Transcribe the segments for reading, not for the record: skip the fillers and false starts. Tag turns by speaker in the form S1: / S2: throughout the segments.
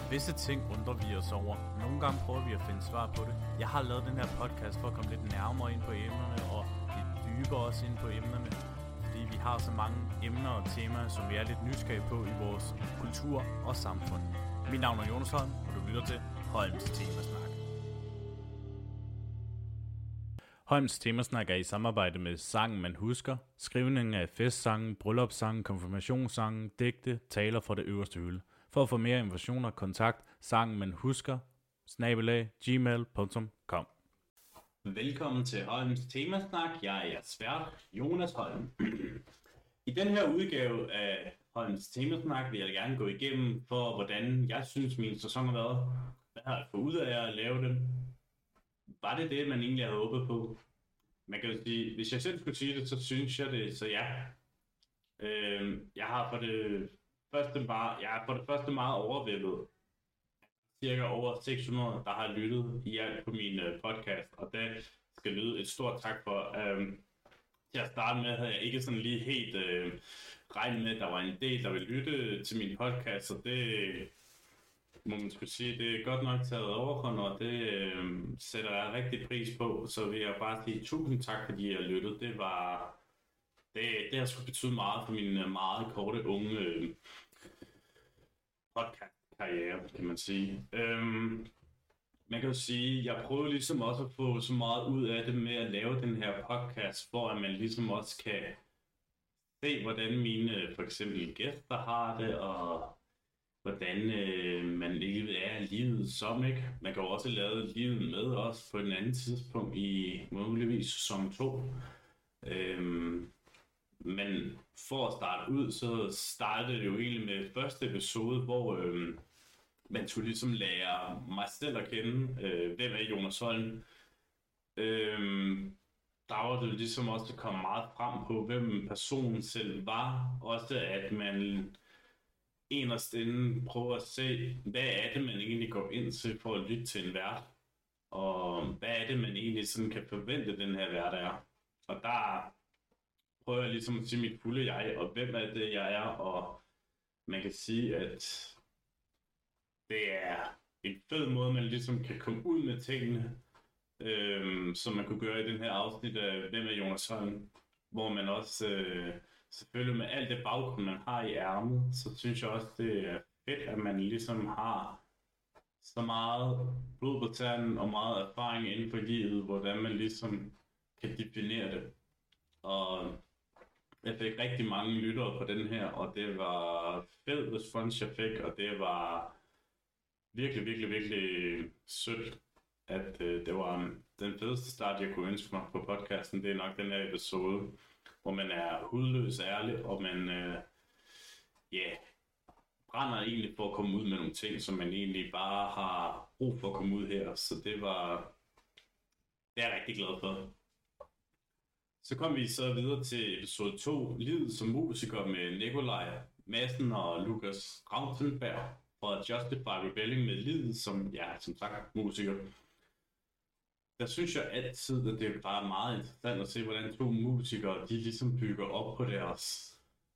S1: Visse ting undrer vi os over. Nogle gange prøver vi at finde svar på det. Jeg har lavet den her podcast for at komme lidt nærmere ind på emnerne og lidt dybere også ind på emnerne. Fordi vi har så mange emner og temaer, som vi er lidt nysgerrige på i vores kultur og samfund. Mit navn er Jonas Holm, og du lytter til Holms Temasnak. Holms Temasnak er i samarbejde med Sangen Man Husker, skrivningen af festsange, bryllupssange, konfirmationssange, digte, taler fra det øverste hylde. For at få mere informationer, kontakt sangenmanhusker@gmail.com. Velkommen til Holms Temasnak. Jeg er jeres vært, Jonas Holm. I den her udgave af Holms Temasnak vil jeg gerne gå igennem for, hvordan jeg synes min sæson har været. Hvad har jeg fået ud af at lave den? Var det det, man egentlig havde håbet på? Man kan jo sige, hvis jeg selv skulle sige det, så synes jeg det, så ja. Jeg har for det første meget overvældet. Cirka over 600, der har lyttet i alt på min podcast, og det skal lyde et stort tak for. Til at starte med havde jeg ikke sådan lige helt regnet med, at der var en del, der ville lytte til min podcast, så det må man skulle sige, det er godt nok taget overhånd, og det sætter jeg rigtig pris på. Så vil jeg bare sige tusind tak, fordi jeg lyttede. Det har sgu betydet meget for min meget korte, unge podcast-karriere, kan man sige. Man kan jo sige, jeg prøver ligesom også at få så meget ud af det med at lave den her podcast, hvor man ligesom også kan se, hvordan mine for eksempel gæster har det, og hvordan man ikke er livet som, ikke? Man kan jo også lave livet med os på en anden tidspunkt i muligvis sæson 2. Men for at starte ud, så startede det jo egentlig med første episode, hvor man skulle ligesom lære mig selv at kende, hvem er Jonas Holm. Der var det ligesom også at komme meget frem på, hvem personen selv var. Også at man inderst inde prøver at se, hvad er det, man egentlig går ind til for at lytte til en vært. Og hvad er det, man egentlig sådan kan forvente, den her vært er. Og der prøver jeg ligesom at sige mit fulde jeg, og hvem er det, jeg er. Og man kan sige, at det er en fed måde, man ligesom kan komme ud med tingene, som man kunne gøre i den her afsnit af Hvem er Jonas Holm, hvor man også selvfølgelig med alt det baggrund, man har i ærmet, så synes jeg også, det er fedt, at man ligesom har så meget blod på tanden og meget erfaring inden for livet, hvordan man ligesom kan definere det. Og jeg fik rigtig mange lyttere på den her, og det var fed respons, jeg fik, og det var virkelig, virkelig, virkelig sødt, at det var den fedeste start, jeg kunne ønske mig på podcasten. Det er nok den her episode, hvor man er hudløs ærlig, og man brænder egentlig for at komme ud med nogle ting, som man egentlig bare har brug for at komme ud her. Så det er jeg rigtig glad for. Så kom vi så videre til episode 2, Livet som musiker med Nikolaj Madsen og Lukas Rautenberg fra Justify Rebelling med livet som sagt musiker. Der synes jeg altid, at det er bare meget interessant at se, hvordan to musikere, de ligesom bygger op på deres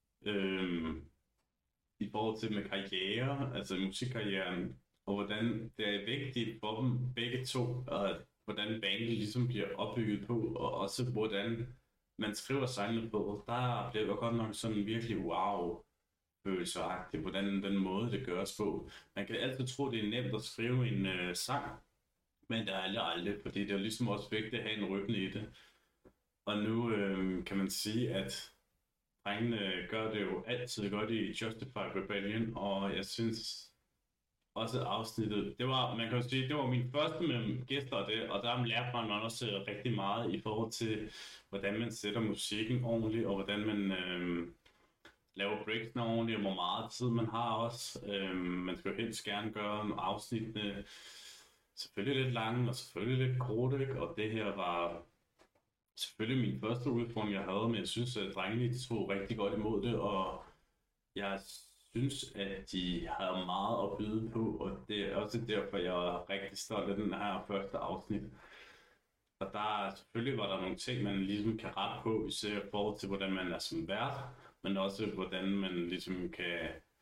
S1: i forhold til med karriere, altså musikkarrieren, og hvordan det er vigtigt for dem begge to, og hvordan bandet ligesom bliver opbygget på, og også hvordan man skriver sangene på. Der bliver jo godt nok sådan virkelig wow-følelseagtigt, hvordan den måde det gøres på. Man kan altid tro, det er nemt at skrive en sang, men det er aldrig, fordi det er ligesom også vigtigt at have en rytme i det. Og nu kan man sige, at drengene gør det jo altid godt i Justify Rebellion, og jeg synes også afsnittet, man kan jo sige, det var min første med gæster og der lærte man også rigtig meget i forhold til, hvordan man sætter musikken ordentligt, og hvordan man laver breaksene ordentligt, og hvor meget tid man har også. Man skal jo helst gerne gøre nogle afsnittene selvfølgelig lidt lange, og selvfølgelig lidt korte, ikke? Og det her var selvfølgelig min første udfordring, jeg havde, men jeg synes, at drengene tog rigtig godt imod det, og jeg synes, at de havde meget at byde på, og det er også derfor, jeg er rigtig stolt af den her første afsnit. Og selvfølgelig var der nogle ting, man ligesom kan rette på, især i forhold til, hvordan man er som vært, men også hvordan man ligesom kan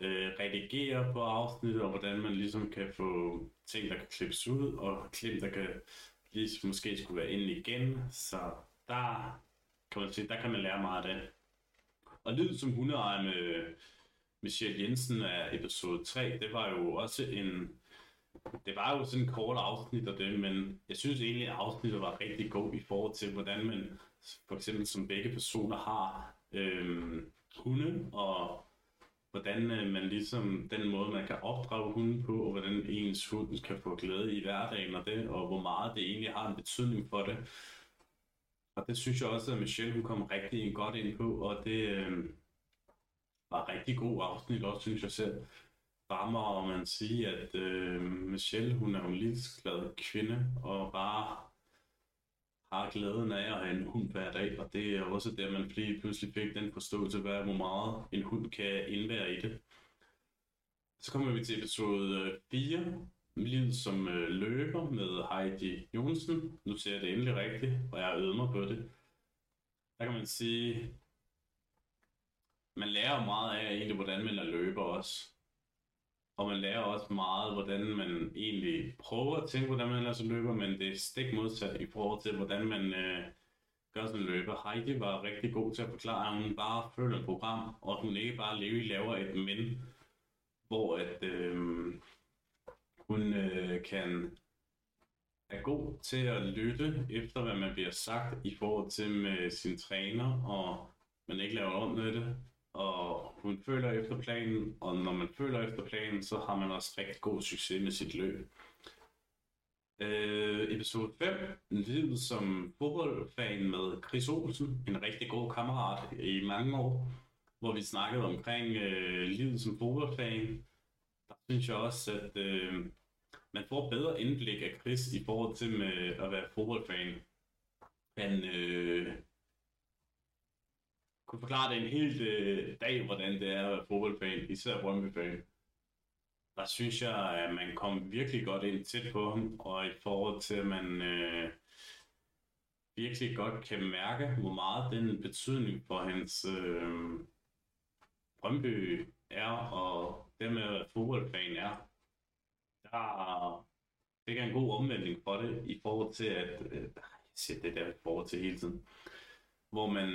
S1: redigere på afsnit, og hvordan man ligesom kan få ting, der kan klippes ud, og klip, der kan lige måske skulle være inde igen. Så der kan man sige, der kan man lære meget af det. Og Lyd som hundeejer med Michelle Jensen af episode 3, det var jo også det var jo sådan en kort afsnit af det, men jeg synes egentlig, at afsnittet var rigtig god i forhold til, hvordan man for eksempel som begge personer har hunde, og hvordan man ligesom, den måde man kan opdrage hunden på, og hvordan ens hund kan få glæde i hverdagen og det, og hvor meget det egentlig har en betydning for det. Og det synes jeg også, at Michelle hun kom rigtig godt ind på, og det var rigtig god afsnit også, synes jeg selv. Rammer, og man siger, at Michelle, hun er jo en livsglad kvinde, og bare har glæden af at have en hund hver dag, og det er også der, man pludselig fik den forståelse, hvor meget en hund kan indvære i det. Så kommer vi til episode 4, Livet som løber med Heidi Jonsen. Nu ser jeg det endelig rigtigt, og jeg har øvet mig på det. Der kan man sige, man lærer jo meget af egentlig, hvordan man er løber også. Og man lærer også meget, hvordan man egentlig prøver at tænke, hvordan man er som løber, men det er stik modsat i forhold til, hvordan man gør som løber. Heidi var rigtig god til at forklare, at hun bare følger et program, og hun ikke bare laver et men, hvor at hun er god til at lytte efter, hvad man bliver sagt i forhold til med sin træner, og man ikke laver om med det. Og hun føler efter planen, og når man føler efter planen, så har man også rigtig god succes med sit løb. Episode 5, Livet som fodboldfan med Chris Olsen, en rigtig god kammerat i mange år, hvor vi snakkede omkring livet som fodboldfan. Der synes jeg også, at man får bedre indblik af Chris i forhold til med at være fodboldfan. Han kunne forklare det en hel dag, hvordan det er at være fodboldfan, især Brøndby-fan. Der synes jeg, at man kom virkelig godt ind tæt på ham, og i forhold til, at man virkelig godt kan mærke, hvor meget den betydning for hans Brøndby er, og det med at være fodboldfan er. Det er en god omvending for det, i forhold til, at jeg siger det der i forhold til hele tiden, hvor man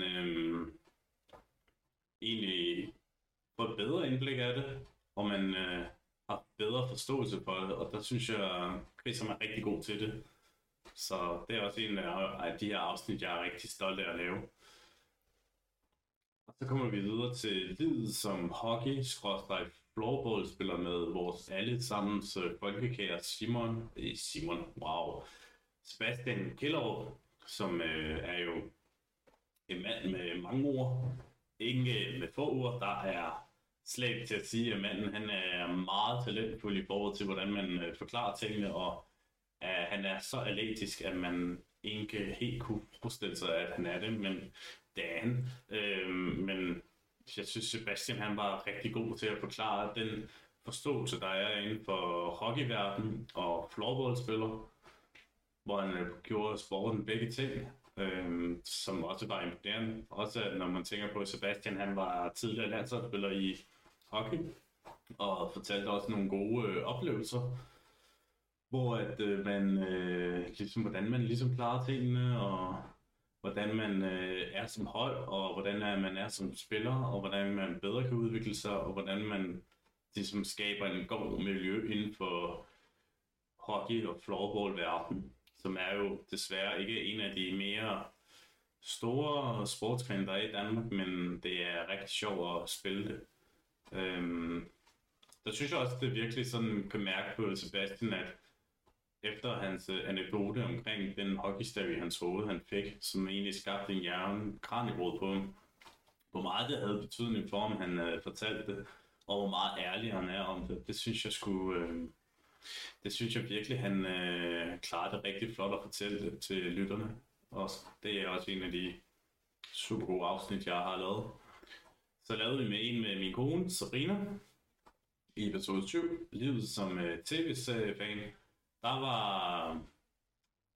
S1: egentlig får et bedre indblik af det, og man har bedre forståelse for det, og der synes jeg, Chris er rigtig god til det. Så det er også en af de her afsnit, jeg er rigtig stolt af at lave. Og så kommer vi videre til livet som hockey-floorball-spiller med vores alle sammens folkekære Sebastian Kellerup, som er jo en mand med mange ord. Ikke med få ord, der er slet ikke til at sige, at manden han er meget talentfuld i forhold til, hvordan man forklarer tingene, og han er så atletisk, at man ikke helt kunne forestille sig, at han er det, men det er han. Men jeg synes, Sebastian han var rigtig god til at forklare den forståelse, der er inden for hockeyverdenen og floorballspiller, hvor han gjorde sporten begge ting. Som også var imponerende. Også når man tænker på, at Sebastian han var tidligere landsholdsspiller i hockey, og fortalte også nogle gode oplevelser, hvor at ligesom, hvordan man ligesom klarer tingene, og hvordan man er som hold, og hvordan man er som spiller, og hvordan man bedre kan udvikle sig, og hvordan man ligesom skaber en god miljø inden for hockey og floorball-verden, som er jo desværre ikke en af de mere store sportsgrene, der er i Danmark, men det er rigtig sjovt at spille det. Der synes jeg også, det virkelig sådan kan mærke på Sebastian, at efter hans anekdote omkring den hockeystav i hans hoved, han fik, som egentlig skabte en kraniebrud på ham, hvor meget det havde betydning for ham, han fortalte det, og hvor meget ærlig han er om det. Det synes jeg det synes jeg virkelig, han klarede det rigtig flot at fortælle det til lytterne. Og det er også en af de super gode afsnit, jeg har lavet. Så lavede vi med en med min kone, Sabrina, i episode 7, livet som tv-seriefan. Der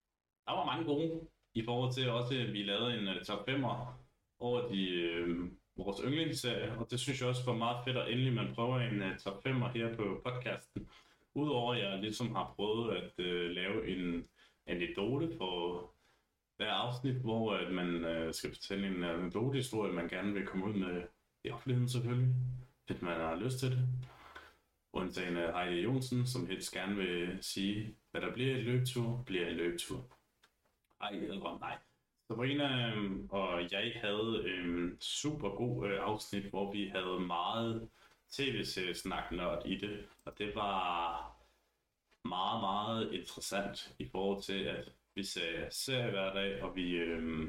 S1: var mange gode, i forhold til også, at vi lavede en top 5'er over de vores yndlingsserie, og det synes jeg også var meget fedt, at endelig man prøver en top 5'er her på podcasten. Udover at jeg ligesom har prøvet at lave en anekdote for hver afsnit, hvor at man skal fortælle en anekdotehistorie, man gerne vil komme ud med i offentligheden selvfølgelig, hvis man har lyst til det. Undtagen Heidi Jonsen, som helst gerne vil sige, hvad der bliver en løbetur, bliver en løbetur. Ej, eller nej. Sabrina og jeg havde en super god afsnit, hvor vi havde meget tv-seriesnak-nørd i det, og det var meget, meget interessant i forhold til, at vi ser hver dag, og vi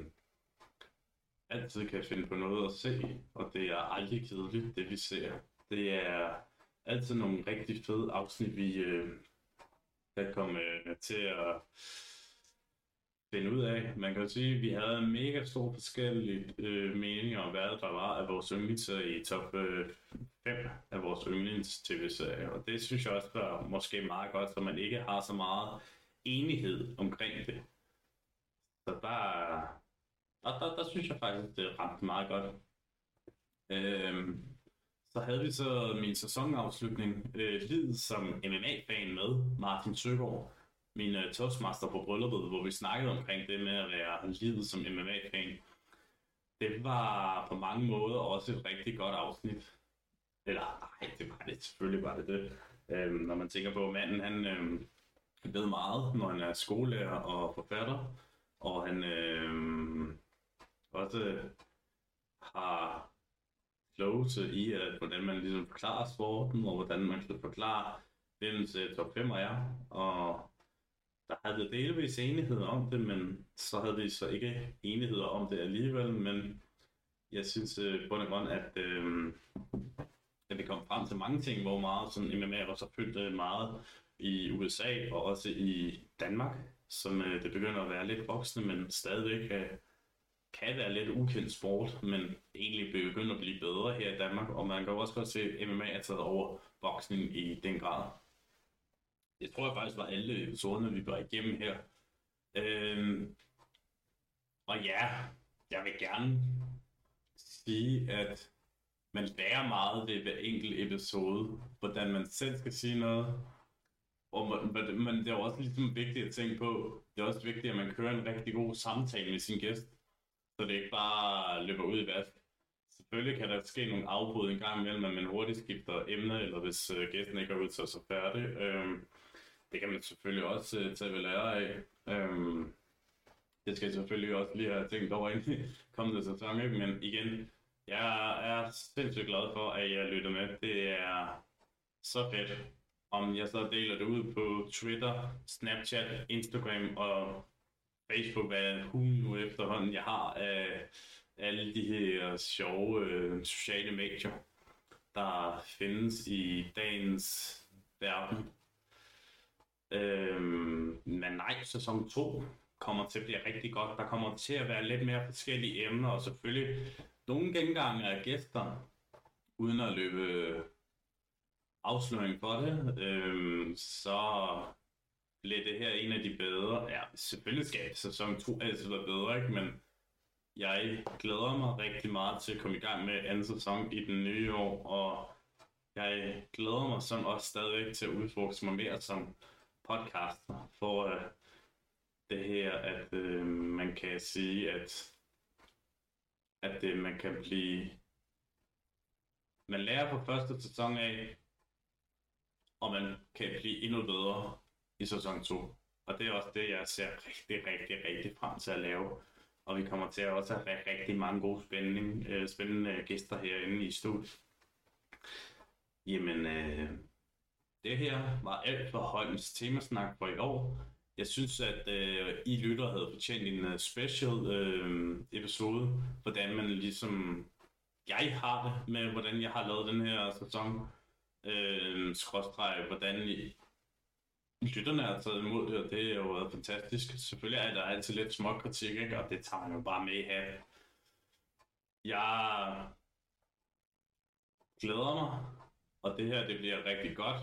S1: altid kan finde på noget at se, og det er aldrig kedeligt, det vi ser. Det er altid nogle rigtig fede afsnit, vi kan komme til at finde ud af. Man kan jo sige, at vi havde en mega stor forskellige meninger om, hvad der var af vores yndlingsserier i top 5 af vores yndlings-tv-serier. Og det synes jeg også var måske meget godt, så man ikke har så meget enighed omkring det. Så der synes jeg faktisk, det ramte meget godt. Så havde vi så min sæsonafslutning, Lid som MMA-fan med Martin Søgaard, min toastmaster på brylluppet, hvor vi snakkede omkring det med at være Lid som MMA-fan. Det var på mange måder også et rigtig godt afsnit. Eller nej, det var det. Selvfølgelig var det det. Når man tænker på, at manden han ved meget, når han er skolelærer og forfatter. Og han også har klogelse i, at hvordan man ligesom forklarer sporten, og hvordan man skal forklare, hvem top 5 er. Og der havde vi delvis enighed om det, men så havde vi så ikke enighed om det alligevel. Men jeg synes på den grund, at vi kom frem til mange ting, hvor meget sådan MMA også har fyldt meget i USA og også i Danmark, som det begynder at være lidt voksne, men stadigvæk kan være lidt ukendt sport, men egentlig begynder at blive bedre her i Danmark, og man kan også godt se, at MMA er taget over boksning i den grad. Det tror jeg faktisk var alle episoderne, vi var igennem her. Og ja, jeg vil gerne sige, at man lærer meget ved hver enkelt episode, hvordan man selv skal sige noget. Men det er også ligesom vigtigt at tænke på, det er også vigtigt, at man kører en rigtig god samtale med sin gæst, så det ikke bare løber ud i vask. Selvfølgelig kan der ske nogle afbrud en gang imellem, at man hurtigt skifter emne, eller hvis gæsten ikke er ud til så færdig. Det kan man selvfølgelig også tage ved lære af. Det skal jeg selvfølgelig også lige have tænkt over ind i kommende sæson, ikke? Men igen, jeg er sindssygt glad for, at jeg lytter med. Det er så fedt. Om jeg så deler det ud på Twitter, Snapchat, Instagram og Facebook, hvad hun nu efterhånden jeg har af alle de her sjove sociale medier, der findes i dagens verden. Men nej, sæson 2 kommer til at blive rigtig godt. Der kommer til at være lidt mere forskellige emner, og selvfølgelig nogle gengange af gæster, uden at løbe afsløring for det, så bliver det her en af de bedre. Ja, selvfølgelig skal sæson 2 altid være bedre, ikke? Men jeg glæder mig rigtig meget til at komme i gang med anden sæson i den nye år, og jeg glæder mig som også stadigvæk til at udforske mig mere som podcaster, for det her, at man kan sige, at man kan blive... Man lærer på første sæson af, og man kan blive endnu bedre i sæson 2. Og det er også det, jeg ser rigtig frem til at lave. Og vi kommer til at også have rigtig mange gode spændende gæster herinde i studiet. Jamen, det her var alt for Holms temasnak for i år. Jeg synes, at I lytter havde fortjent en special episode, hvordan man ligesom... Jeg har det med, hvordan jeg har lavet den her sæson. Hvordan lytterne har taget imod det, og det er jo været fantastisk. Selvfølgelig er der altid lidt små kritik, ikke? Og det tager man jo bare med i her. Jeg glæder mig, og det her det bliver rigtig godt.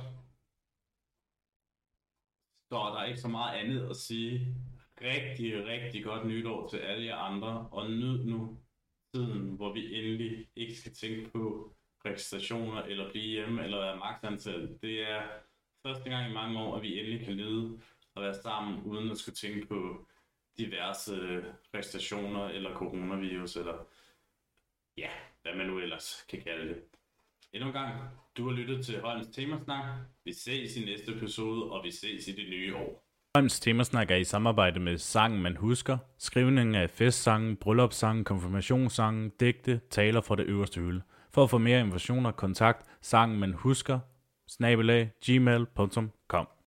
S1: Så er der ikke så meget andet at sige. Rigtig godt nytår til alle jer andre, og nyd nu tiden, hvor vi endelig ikke skal tænke på registrationer eller blive hjemme eller være magtansatte. Det er første gang i mange år, at vi endelig kan lide at være sammen, uden at skulle tænke på diverse restriktioner eller coronavirus, eller ja, hvad man nu ellers kan kalde det. Endnu en gang, du har lyttet til Holms Temasnak. Vi ses i næste episode, og vi ses i det nye år.
S2: Holms Temasnak er i samarbejde med Sangen Man Husker, skrivningen af festsangen, bryllupssangen, konfirmationssangen, digte, taler fra det øverste hylde. For at få mere informationer, kontakt sangenmanhusker @gmail.com.